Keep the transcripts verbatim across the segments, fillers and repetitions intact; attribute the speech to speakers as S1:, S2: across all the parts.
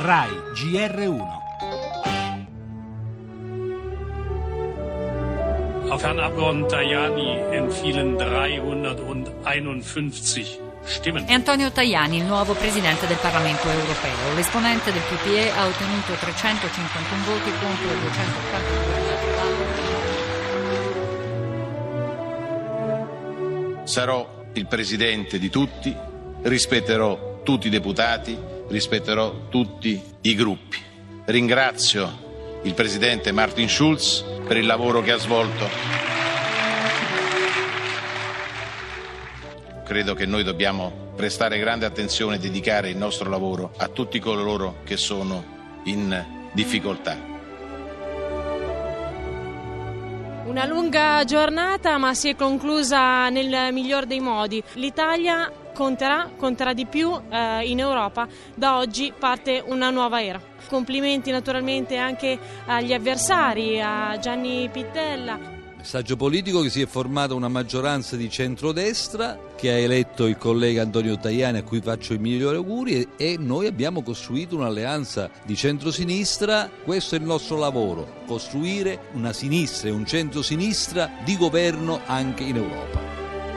S1: Rai G R uno.
S2: Auf Herrn Abgeordneten Tajani entfielen dreihunderteinundfünfzig Stimmen.
S3: È Antonio Tajani, il nuovo presidente del Parlamento europeo. L'esponente del P P E ha ottenuto trecentocinquantuno voti contro duecentoquarantadue.
S4: Sarò il presidente di tutti, rispetterò tutti i deputati, rispetterò tutti i gruppi. Ringrazio il presidente Martin Schulz per il lavoro che ha svolto. Credo che noi dobbiamo prestare grande attenzione e dedicare il nostro lavoro a tutti coloro che sono in difficoltà.
S5: Una lunga giornata, ma si è conclusa nel miglior dei modi. L'Italia conterà, conterà di più eh, in Europa. Da oggi parte una nuova era. Complimenti naturalmente anche agli avversari, a Gianni Pittella.
S6: Messaggio politico che si è formata una maggioranza di centrodestra che ha eletto il collega Antonio Tajani, a cui faccio i migliori auguri, e, e noi abbiamo costruito un'alleanza di centrosinistra. Questo è il nostro lavoro, costruire una sinistra e un centrosinistra di governo anche in Europa.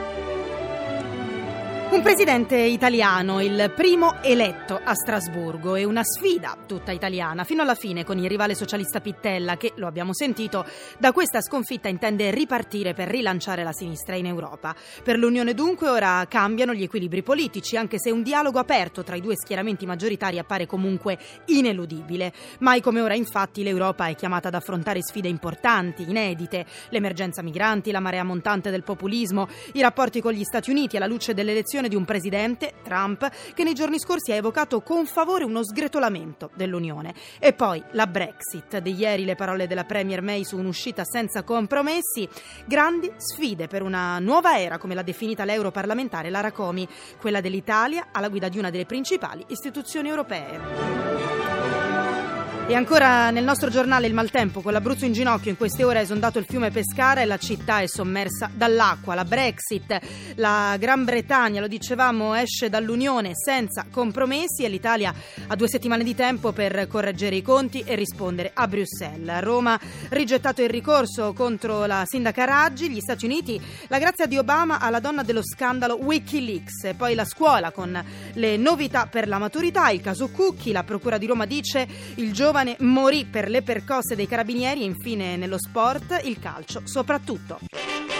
S7: Un presidente italiano, il primo eletto a Strasburgo, è una sfida tutta italiana, fino alla fine, con il rivale socialista Pittella che, lo abbiamo sentito, da questa sconfitta intende ripartire per rilanciare la sinistra in Europa. Per l'Unione dunque ora cambiano gli equilibri politici, anche se un dialogo aperto tra i due schieramenti maggioritari appare comunque ineludibile. Mai come ora infatti l'Europa è chiamata ad affrontare sfide importanti, inedite: l'emergenza migranti, la marea montante del populismo, i rapporti con gli Stati Uniti alla luce delle elezioni di un presidente, Trump, che nei giorni scorsi ha evocato con favore uno sgretolamento dell'Unione. E poi la Brexit. Di ieri le parole della Premier May su un'uscita senza compromessi. Grandi sfide per una nuova era, come l'ha definita l'europarlamentare Lara Comi, quella dell'Italia alla guida di una delle principali istituzioni europee. E ancora nel nostro giornale il maltempo, con l'Abruzzo in ginocchio. In queste ore ha esondato il fiume Pescara e la città è sommersa dall'acqua. La Brexit, la Gran Bretagna, lo dicevamo, esce dall'Unione senza compromessi e l'Italia ha due settimane di tempo per correggere i conti e rispondere a Bruxelles. A Roma rigettato il ricorso contro la sindaca Raggi. Gli Stati Uniti, la grazia di Obama alla donna dello scandalo Wikileaks. E poi la scuola con le novità per la maturità, il caso Cucchi. La procura di Roma dice il giovane morì per le percosse dei carabinieri. E infine nello sport il calcio soprattutto.